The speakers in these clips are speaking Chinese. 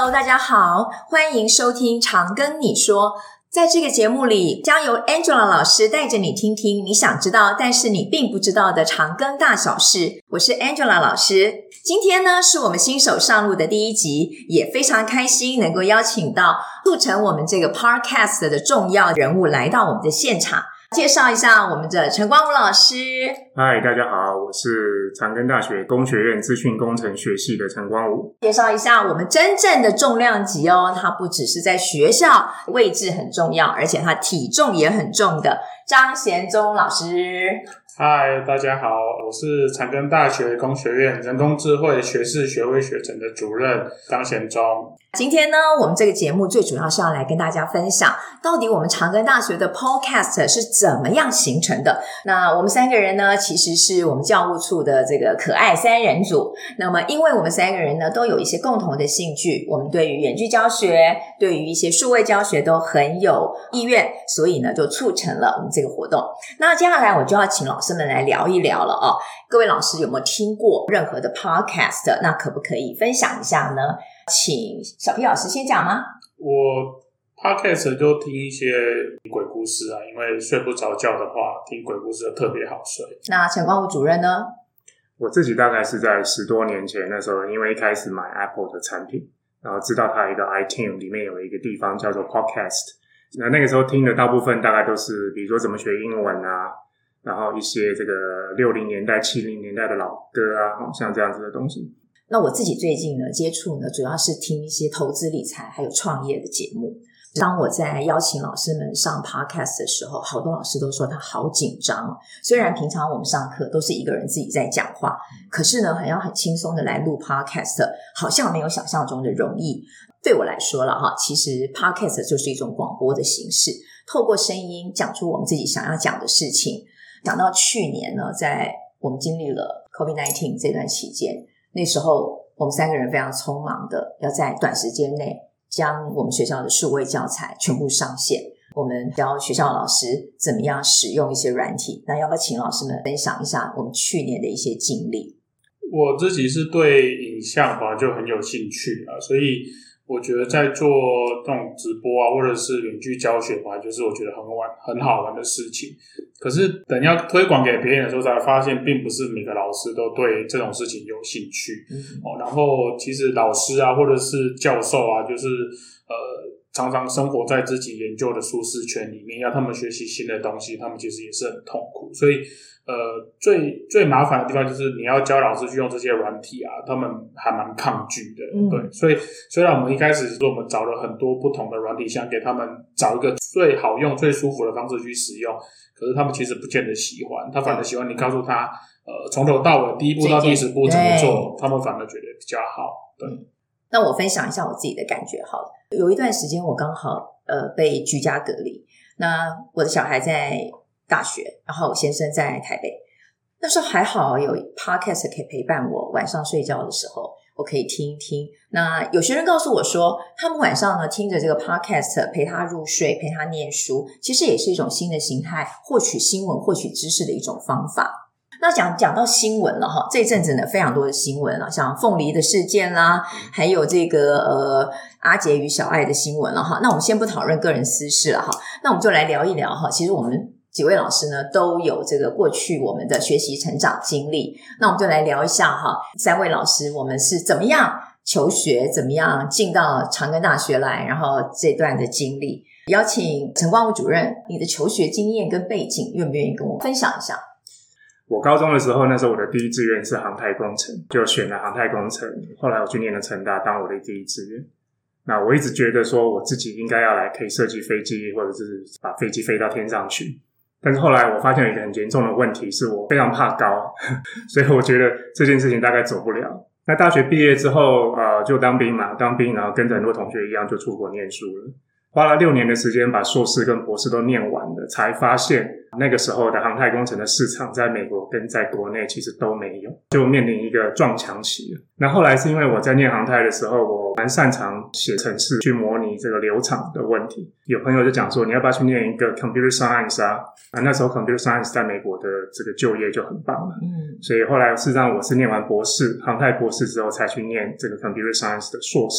Hello， 大家好，欢迎收听常跟你说。在这个节目里，将由 Angela 老师带着你听听你想知道但是你并不知道的常庚大小事。我是 Angela 老师。今天呢，是我们新手上路的第一集，也非常开心能够邀请到促成我们这个 Podcast 的重要人物来到我们的现场。介绍一下我们的陈光武老师。 嗨，大家好，我是长庚大学工学院资讯工程学系的陈光武。 介绍一下我们真正的重量级哦，它不只是在学校位置很重要，而且它体重也很重的张贤宗老师。 嗨，大家好，我是长庚大学工学院人工智慧学士学位学程的主任张贤宗。 今天呢，我们这个节目最主要是要来跟大家分享，到底我们长庚大学的 Podcast 是怎么样形成的。那我们三个人呢，其实是我们教务处的这个可爱三人组。那么因为我们三个人呢，都有一些共同的兴趣，我们对于远距教学，对于一些数位教学都很有意愿，所以呢，就促成了我们这个活动。那接下来我就要请老师们来聊一聊了哦。各位老师有没有听过任何的 Podcast？ 那可不可以分享一下呢？请小 P 老师先讲吗？ 我 podcast 就听一些鬼故事啊，因为睡不着觉的话，听鬼故事特别好睡。 那陈光武主任呢？ 我自己大概是在10多年前，那时候因为一开始买 Apple 的产品，然后知道它有一个 iTunes 里面有一个地方叫做 Podcast。那个时候听的大部分大概都是比如说怎么学英文啊，然后一些这个60年代70年代的老歌啊，像这样子的东西。 那我自己最近呢接触呢，主要是听一些投资理财还有创业的节目。当我在邀请老师们上 podcast 的时候，好多老师都说他好紧张。虽然平常我们上课都是一个人自己在讲话，可是呢，很轻松的来录 podcast， 好像没有想象中的容易。对我来说了哈，其实 podcast 就是一种广播的形式，透过声音讲出我们自己想要讲的事情。讲到去年呢，在我们经历了 COVID-19 这段期间，那时候我们三个人非常匆忙的要在短时间内将我们学校的数位教材全部上线。我们教学校的老师怎么样使用一些软体，那要不要请老师们分享一下我们去年的一些经历？ 我自己是对影像本来就很有兴趣啊，所以我觉得在做这种直播啊，或者是远距教学本来就是我觉得很好玩的事情。可是等要推广给别人的时候，才发现并不是每个老师都对这种事情有兴趣。然后其实老师啊，或者是教授啊，就是常常生活在自己研究的舒适圈里面，要他们学习新的东西，他们其实也是很痛苦。所以最麻烦的地方就是你要教老师去用这些软体啊，他们还蛮抗拒的。对，所以虽然我们一开始我们找了很多不同的软体，想给他们找一个最好用最舒服的方式去使用，可是他们其实不见得喜欢，他反而喜欢你告诉他从头到尾第一步到第10步怎么做，他们反而觉得比较好。对， 那我分享一下我自己的感觉好了。有一段时间我刚好被居家隔离，那我的小孩在大学，然后我先生在台北。那时候还好有 podcast 可以陪伴我，晚上睡觉的时候我可以听一听。那有学生告诉我说，他们晚上呢听着这个 podcast 陪他入睡，陪他念书，其实也是一种新的形态，获取新闻获取知识的一种方法。那讲到新闻了哈，这一阵子呢非常多的新闻了，像凤梨的事件啦，还有这个阿杰与小爱的新闻了哈。那我们先不讨论个人私事了哈，那我们就来聊一聊哈。其实我们几位老师呢都有这个过去我们的学习成长经历，那我们就来聊一下哈，三位老师我们是怎么样求学，怎么样进到长庚大学来，然后这段的经历。邀请陈光武主任，你的求学经验跟背景愿不愿意跟我分享一下？ 我高中的时候，那时候我的第一志愿是航太工程，就选了航太工程。后来我去念了成大当我的第一志愿。那我一直觉得说我自己应该要来可以设计飞机，或者是把飞机飞到天上去。但是后来我发现有一个很严重的问题，是我非常怕高所以我觉得这件事情大概走不了。那大学毕业之后就当兵嘛，当兵然后跟着很多同学一样就出国念书了。花了6年的时间把硕士跟博士都念完了，才发现那个时候的航太工程的市场在美国跟在国内其实都没有，就面临一个撞墙期了。那后来是因为我在念航太的时候，我蛮擅长写程式去模拟这个流场的问题。有朋友就讲说，你要不要去念一个 computer science 啊？那时候 computer science 在美国的这个就业就很棒了。所以后来事实上我是念完博士，航太博士之后才去念这个 computer science 的硕士。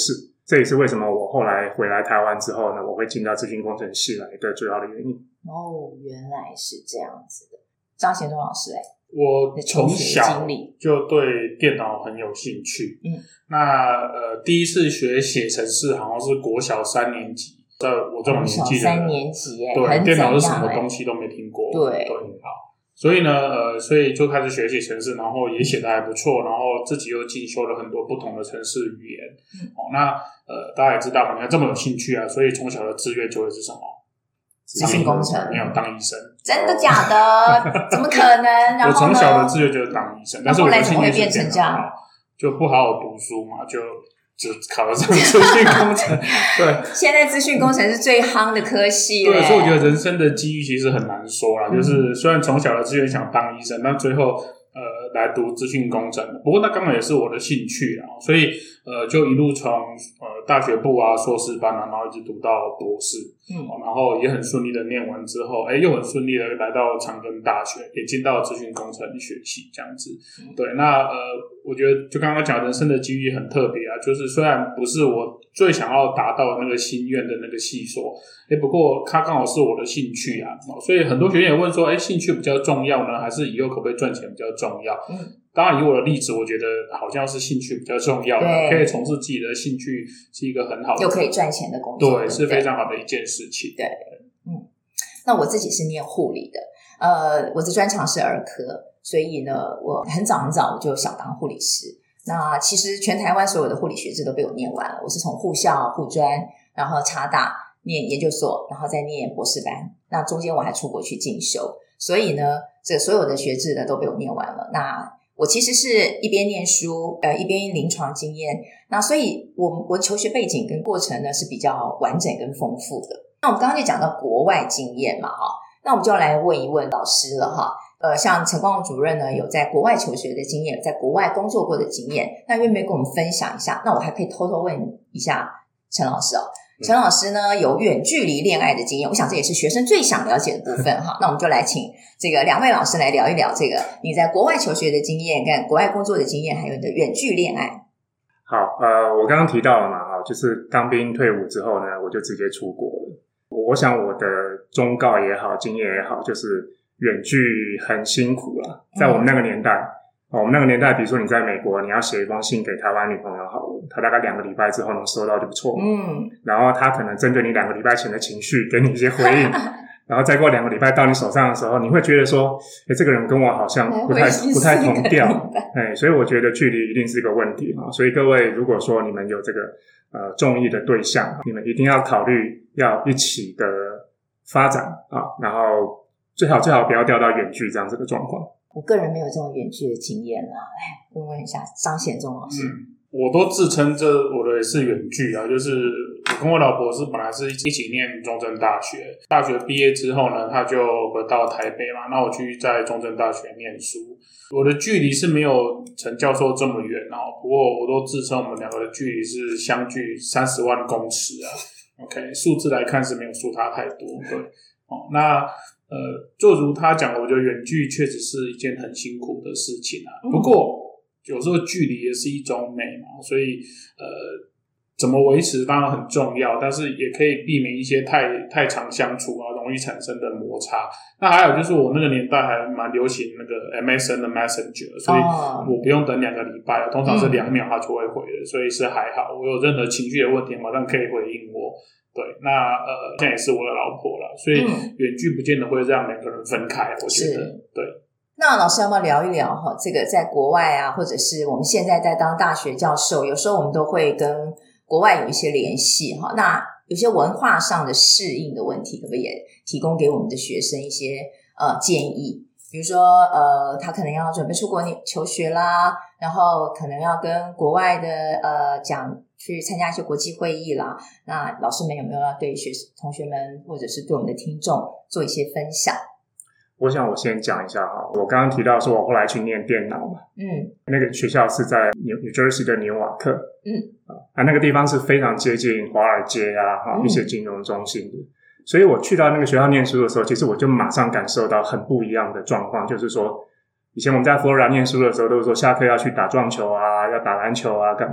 这也是为什么我后来回来台湾之后呢，我会进到资讯工程系来的主要的原因。 原来是这样子的。张贤忠老师我从小就对电脑很有兴趣。那第一次学写程式好像是国小3年级，在我这种年纪的 3年级对，电脑是什么东西都没听过。 对， 好，所以呢所以就开始学习程式，然后也写得还不错，然后自己又进修了很多不同的程式语言。那大家也知道嘛，你看这么有兴趣啊，所以从小的志愿就会是什么？ 资讯工程。 没有当医生。 真的假的？怎么可能？然后呢， 我从小的志愿就是当医生，但是我的兴趣是变成这样， 就不好好读书嘛，就考了上资讯工程。对， 现在资讯工程是最夯的科系。 对，所以我觉得人生的机遇其实很难说啦。就是虽然从小的志愿想当医生，但最后来读资讯工程，不过那刚好也是我的兴趣啦，所以就一路从大学部啊、硕士班啊，然后一直读到博士。然后也很顺利的念完之后，又很顺利的来到长庚大学，也进到资讯工程学系这样子。对，那我觉得就刚刚讲人生的机遇很特别啊，就是虽然不是我最想要达到的那个心愿的那个系所，不过它刚好是我的兴趣啊。所以很多学员也问说，兴趣比较重要呢，还是以后可不可以赚钱比较重要？当然以我的例子，我觉得好像是兴趣比较重要的，可以从事自己的兴趣是一个很好的， 又可以赚钱的工作， 对，是非常好的一件事情。 对，那我自己是念护理的，我的专长是儿科，所以呢，我很早我就想当护理师。那其实全台湾所有的护理学制都被我念完了，我是从护校、护专，然后插大念研究所，然后再念博士班。那中间我还出国去进修，所以呢，这所有的学制呢都被我念完了。那我其实是一边念书，一边临床经验，那所以我求学背景跟过程呢是比较完整跟丰富的。那我们刚刚就讲到国外经验嘛，那我们就要来问一问老师了哈。像陈光荣主任呢，有在国外求学的经验，在国外工作过的经验，那愿不愿意跟我们分享一下？那我还可以偷偷问一下陈老师陈老师呢有远距离恋爱的经验，我想这也是学生最想了解的部分哈。那我们就来请这个2位老师来聊一聊这个你在国外求学的经验、跟国外工作的经验，还有你的远距恋爱。 好，我刚刚提到了嘛，就是当兵退伍之后呢，我就直接出国了。我想我的忠告也好，经验也好，就是远距很辛苦啦。在我们那个年代，我们那个年代，比如说你在美国，你要写一封信给台湾女朋友好了，他大概2个礼拜之后能收到就不错。然后他可能针对你2个礼拜前的情绪给你一些回应，然后再过2个礼拜到你手上的时候，你会觉得说，这个人跟我好像不太同调。所以我觉得距离一定是一个问题啊。所以各位，如果说你们有这个中意的对象，你们一定要考虑要一起的发展啊，然后最好不要掉到远距这样子的状况。 我个人没有这种远距的经验啦，问问一下张贤忠老师。 我都自称我的也是远距啊，就是我跟我老婆本来是一起念中正大学，大学毕业之后呢，她就回到台北嘛，那我去在中正大学念书。我的距离是没有陈教授这么远不过我都自称我们2个的距离是相距30万公尺啊。OK， 数字来看是没有输他太多，对。那就如他讲的，我觉得远距确实是一件很辛苦的事情啊。不过有时候距离也是一种美嘛，所以怎么维持当然很重要，但是也可以避免一些太常相处容易产生的摩擦。那还有就是我那个年代还蛮流行那个 MSN 的 Messenger， 所以我不用等2个礼拜，通常是2秒他就会回了，所以是还好。我有任何情绪的问题，马上可以回应我。对，那现在也是我的老婆了，所以远距不见得会让2个人分开，我觉得对。 那老师要不要聊一聊这个在国外啊，或者是我们现在在当大学教授，有时候我们都会跟国外有一些联系那有些文化上的适应的问题，可不可以也提供给我们的学生一些建议？比如说他可能要准备出国求学啦，然后可能要跟国外的去参加一些国际会议啦，那老师们有没有要对同学们或者是对我们的听众做一些分享？ 我想我先讲一下我刚刚提到说我后来去念电脑嘛，那个学校是在 New Jersey 的纽瓦克，那个地方是非常接近华尔街一些金融中心的，所以我去到那个学校念书的时候，其实我就马上感受到很不一样的状况，就是说以前我们在佛罗里达念书的时候都是说下课要去打撞球啊，要打篮球啊干嘛，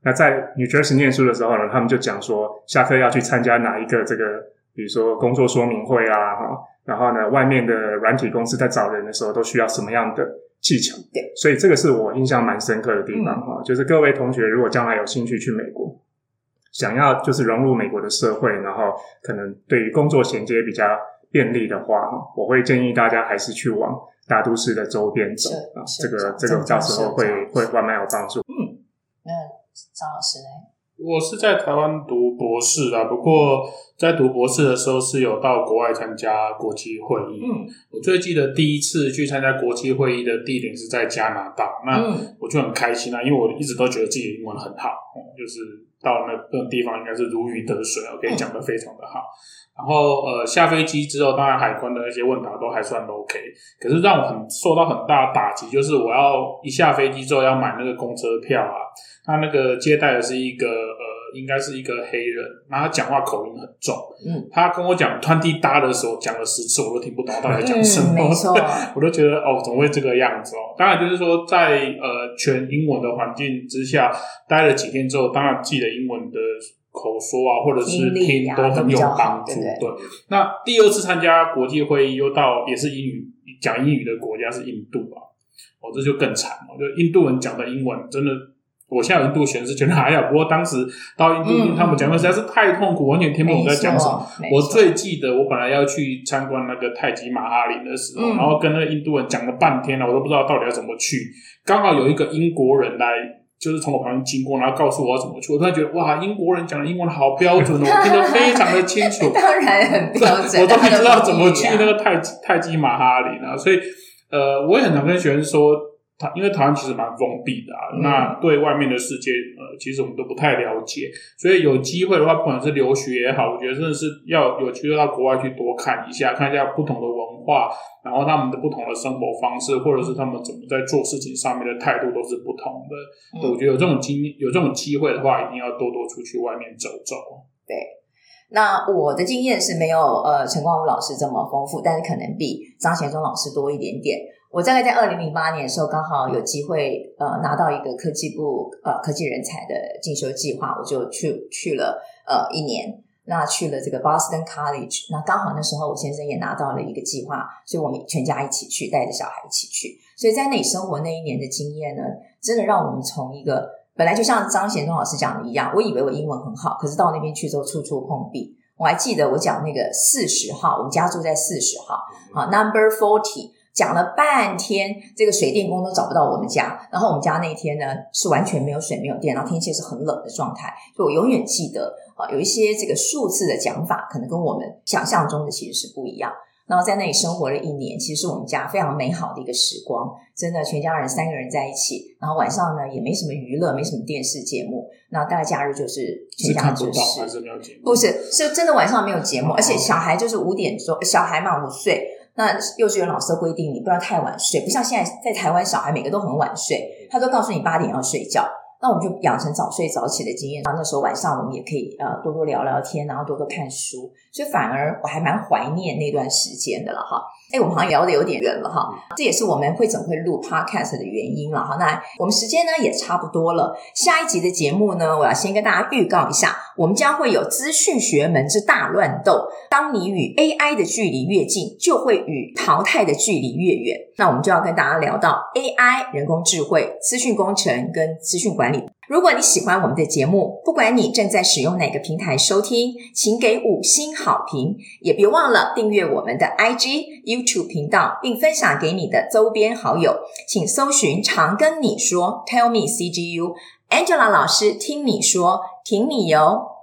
那在 New Jersey 念书的时候呢，他们就讲说下课要去参加哪一个这个比如说工作说明会啊，然后呢外面的软体公司在找人的时候都需要什么样的技巧。 对， 所以这个是我印象蛮深刻的地方就是各位同学如果将来有兴趣去美国，想要就是融入美国的社会，然后可能对于工作衔接比较便利的话，我会建议大家还是去往大都市的周边走这个到时候会蛮有帮助。 那张老师呢？ 我是在台湾读博士啦，不过在读博士的时候是有到国外参加国际会议。我最记得第一次去参加国际会议的地点是在加拿大，那我就很开心因为我一直都觉得自己的英文很好，就是到那个地方应该是如鱼得水，可以讲得非常的好。然后下飞机之后，当然海关的那些问答都还算 OK， 可是让我受到很大的打击，就是我要一下飞机之后要买那个公车票他那个接待的是一个应该是一个黑人，然后他讲话口音很重，他跟我讲$20的时候讲了10次我都听不懂他到底讲什么， 没错我都觉得怎么会这个样子当然就是说在全英文的环境之下待了几天之后，当然自己的英文的口说或者是听都很有帮助。对，那第二次参加国际会议又到也是讲英语的国家是印度这就更惨了，就印度人讲的英文真的，我现在有印度学生觉得还好，不过当时到印度听他们讲的实在是太痛苦，完全听不懂在讲什么。我最记得我本来要去参观那个泰姬玛哈陵的时候，然后跟那个印度人讲了半天我都不知道到底要怎么去，刚好有一个英国人来就是从我旁边经过，然后告诉我要怎么去，我突然觉得哇，英国人讲的英文好标准我听得非常的清楚当然很标准我都不知道怎么去那个泰姬玛哈陵所以我也很常跟学生说因为台湾其实蛮封闭的那对外面的世界其实我们都不太了解，所以有机会的话不管是留学也好，我觉得真的是要有机会到国外去多看一下不同的文化，然后他们的不同的生活方式，或者是他们怎么在做事情上面的态度都是不同的我觉得有这种机会的话一定要多多出去外面走走。 对，那我的经验是没有陈光武老师这么丰富，但是可能比张贤忠老师多一点点。我大概在2008年的时候刚好有机会拿到一个科技部科技人才的进修计划，我就去了1年，那去了这个 Boston College， 那刚好那时候我先生也拿到了一个计划，所以我们全家一起去，带着小孩一起去，所以在那里生活那1年的经验呢，真的让我们从一个本来就像张贤忠老师讲的一样，我以为我英文很好，可是到那边去之后处处碰壁。我还记得我讲那个40号，我们家住在40号Number 40，讲了半天，这个水电工都找不到我们家，然后我们家那天呢是完全没有水没有电，然后天气是很冷的状态，所以我永远记得有一些这个数字的讲法可能跟我们想象中的其实是不一样。然后在那里生活了1年，其实是我们家非常美好的一个时光，真的全家人3个人在一起，然后晚上呢也没什么娱乐，没什么电视节目，那大概假日就是全家就是还是没有节目？ 不是，是真的晚上没有节目而且小孩就是5点钟，小孩嘛5岁，那幼稚园老师规定你不要太晚睡，不像现在在台湾小孩每个都很晚睡，他都告诉你8点要睡觉，那我们就养成早睡早起的经验，那时候晚上我们也可以多多聊聊天，然后多多看书，所以反而我还蛮怀念那段时间的了我们好像聊得有点远了这也是我们会录 podcast 的原因了那我们时间呢也差不多了，下一集的节目呢，我要先跟大家预告一下，我们将会有资讯学门之大乱斗，当你与 AI 的距离越近，就会与淘汰的距离越远。那我们就要跟大家聊到 AI 人工智慧、资讯工程跟资讯管理。如果你喜欢我们的节目，不管你正在使用哪个平台收听，请给5星好评，也别忘了订阅我们的 IG、YouTube 频道，并分享给你的周边好友。请搜寻常跟你说 Tell me CGU， Angela 老师听你说，挺你哟。